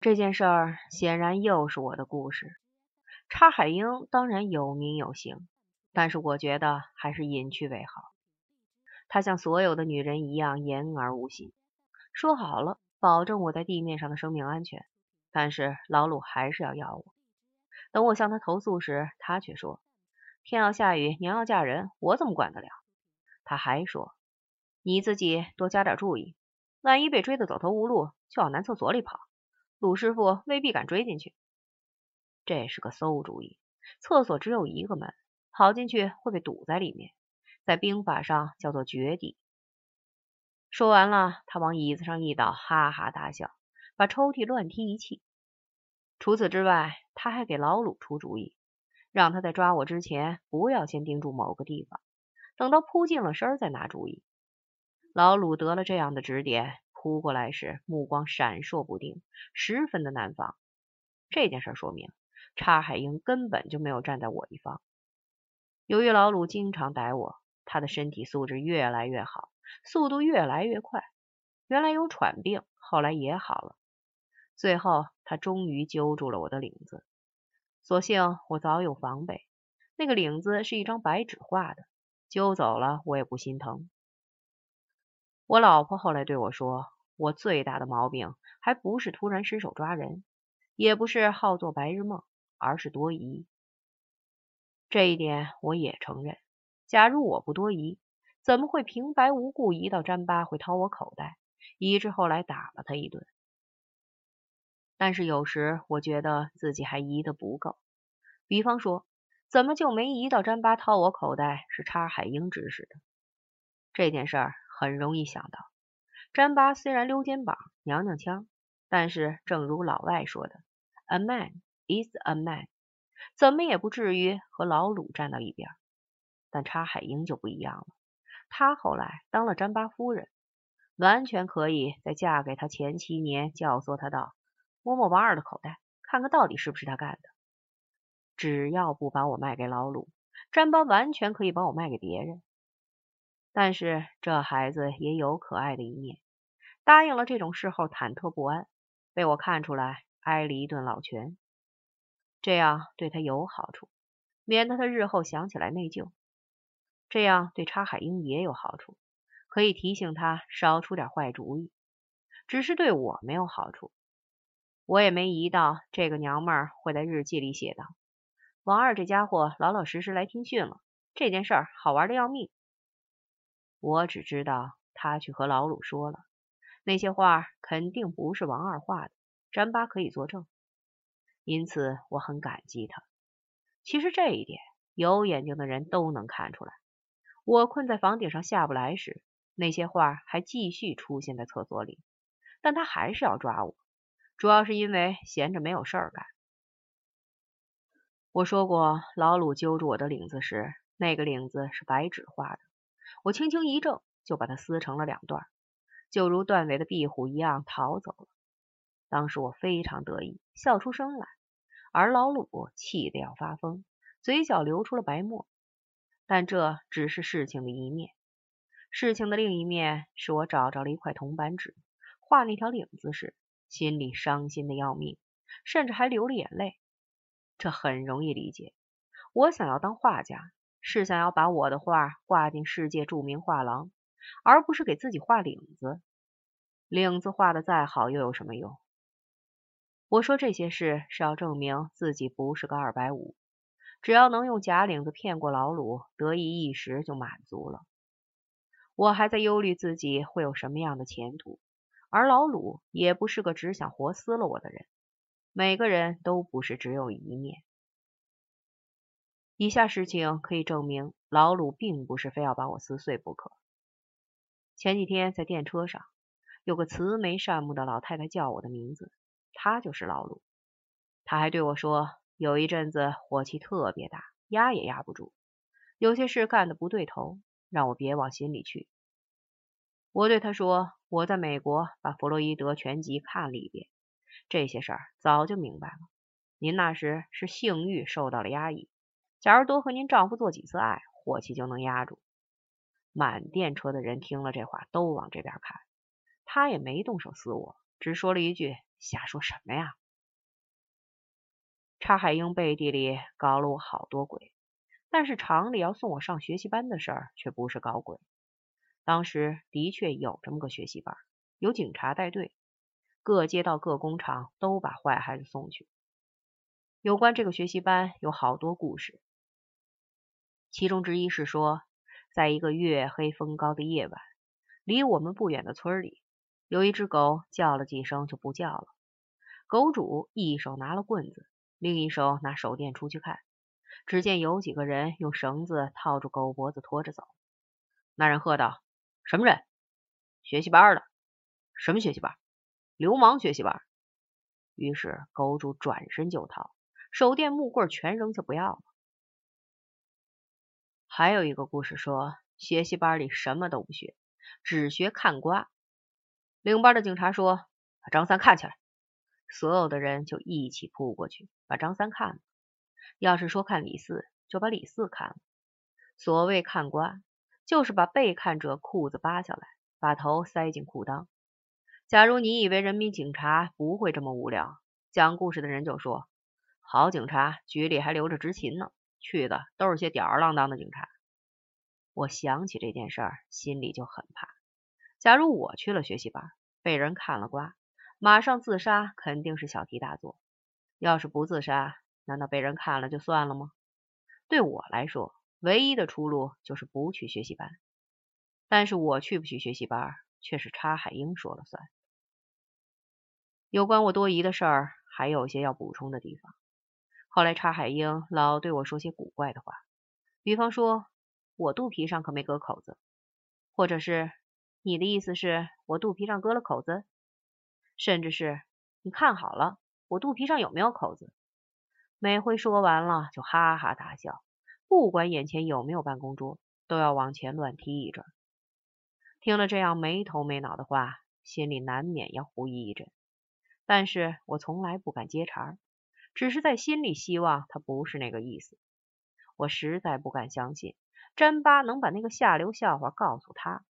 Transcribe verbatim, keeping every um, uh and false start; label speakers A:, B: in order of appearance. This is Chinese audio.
A: 这件事儿显然又是我的故事。查海英当然有名有姓，但是我觉得还是隐去为好。她像所有的女人一样言而无信，说好了保证我在地面上的生命安全，但是老鲁还是要要我。等我向他投诉时，他却说天要下雨，娘要嫁人，我怎么管得了？他还说你自己多加点注意，万一被追得走投无路，就往男厕所里跑，鲁师傅未必敢追进去。这是个馊主意，厕所只有一个门，跑进去会被堵在里面，在兵法上叫做绝地。说完了，他往椅子上一倒，哈哈大笑，把抽屉乱踢一气。除此之外，他还给老鲁出主意，让他在抓我之前不要先盯住某个地方，等到扑进了身再拿主意。老鲁得了这样的指点，扑过来时目光闪烁不定，十分的难防。这件事说明查海英根本就没有站在我一方。由于老鲁经常逮我，他的身体素质越来越好，速度越来越快，原来有喘病，后来也好了。最后他终于揪住了我的领子，所幸我早有防备，那个领子是一张白纸画的，揪走了我也不心疼。我老婆后来对我说，我最大的毛病还不是突然失手抓人，也不是好做白日梦，而是多疑。这一点我也承认，假如我不多疑，怎么会平白无故疑到詹巴会掏我口袋，以致后来打了他一顿。但是有时我觉得自己还疑得不够，比方说，怎么就没疑到詹巴掏我口袋是查海英指使的？这件事儿很容易想到，詹巴虽然溜肩膀娘娘腔，但是正如老外说的 A man is a man， 怎么也不至于和老鲁站到一边。但查海英就不一样了，她后来当了詹巴夫人，完全可以在嫁给他前七年教唆他道摸摸王二的口袋，看看到底是不是他干的。只要不把我卖给老鲁，詹巴完全可以把我卖给别人。但是这孩子也有可爱的一面，答应了这种事后忐忑不安，被我看出来挨了一顿老拳。这样对他有好处，免得他日后想起来内疚。这样对查海英也有好处，可以提醒他少出点坏主意。只是对我没有好处，我也没疑到这个娘们儿会在日记里写道：王二这家伙老老实实来听训了，这件事儿好玩的要命。我只知道他去和老鲁说了，那些话肯定不是王二画的，詹巴可以作证。因此我很感激他。其实这一点有眼睛的人都能看出来。我困在房顶上下不来时，那些话还继续出现在厕所里，但他还是要抓我，主要是因为闲着没有事儿干。我说过，老鲁揪住我的领子时，那个领子是白纸画的，我轻轻一挣，就把它撕成了两段，就如断尾的壁虎一样逃走了。当时我非常得意，笑出声来，而老鲁气得要发疯，嘴角流出了白沫。但这只是事情的一面，事情的另一面是我找着了一块铜板纸，画那条领子时，心里伤心的要命，甚至还流了眼泪。这很容易理解，我想要当画家，是想要把我的画挂进世界著名画廊，而不是给自己画领子。领子画的再好又有什么用？我说这些事是要证明自己不是个二百五，只要能用假领子骗过老鲁，得意一时就满足了。我还在忧虑自己会有什么样的前途，而老鲁也不是个只想活撕了我的人。每个人都不是只有一面。以下事情可以证明老鲁并不是非要把我撕碎不可。前几天在电车上，有个慈眉善目的老太太叫我的名字，她就是老鲁。她还对我说，有一阵子火气特别大，压也压不住，有些事干得不对头，让我别往心里去。我对她说，我在美国把弗洛伊德全集看了一遍，这些事儿早就明白了。您那时是性欲受到了压抑，假如多和您丈夫做几次爱，火气就能压住。满电车的人听了这话都往这边看，他也没动手撕我，只说了一句瞎说什么呀？查海英背地里搞了我好多鬼，但是厂里要送我上学习班的事儿却不是搞鬼。当时的确有这么个学习班，有警察带队，各街道各工厂都把坏孩子送去。有关这个学习班有好多故事，其中之一是说，在一个月黑风高的夜晚，离我们不远的村里，有一只狗叫了几声就不叫了。狗主一手拿了棍子，另一手拿手电出去看，只见有几个人用绳子套住狗脖子拖着走。那人喝道：什么人？学习班的。什么学习班？流氓学习班。于是狗主转身就逃，手电木棍全扔下不要了。还有一个故事说，学习班里什么都不学，只学看瓜。领班的警察说：把张三看起来。所有的人就一起扑过去，把张三看了。要是说看李四，就把李四看了。所谓看瓜，就是把被看者裤子扒下来，把头塞进裤裆。假如你以为人民警察不会这么无聊，讲故事的人就说：好警察局里还留着执勤呢，去的都是些吊儿郎当的警察。我想起这件事儿，心里就很怕。假如我去了学习班，被人看了瓜，马上自杀肯定是小题大做。要是不自杀，难道被人看了就算了吗？对我来说，唯一的出路就是不去学习班。但是我去不去学习班，却是查海英说了算。有关我多疑的事儿，还有些要补充的地方。后来查海英老对我说些古怪的话，比方说我肚皮上可没割口子，或者是你的意思是我肚皮上割了口子，甚至是你看好了我肚皮上有没有口子。每回说完了就哈哈大笑，不管眼前有没有办公桌，都要往前乱踢一阵。听了这样没头没脑的话，心里难免要狐疑一阵，但是我从来不敢接茬，只是在心里希望他不是那个意思。我实在不敢相信詹巴能把那个下流笑话告诉他，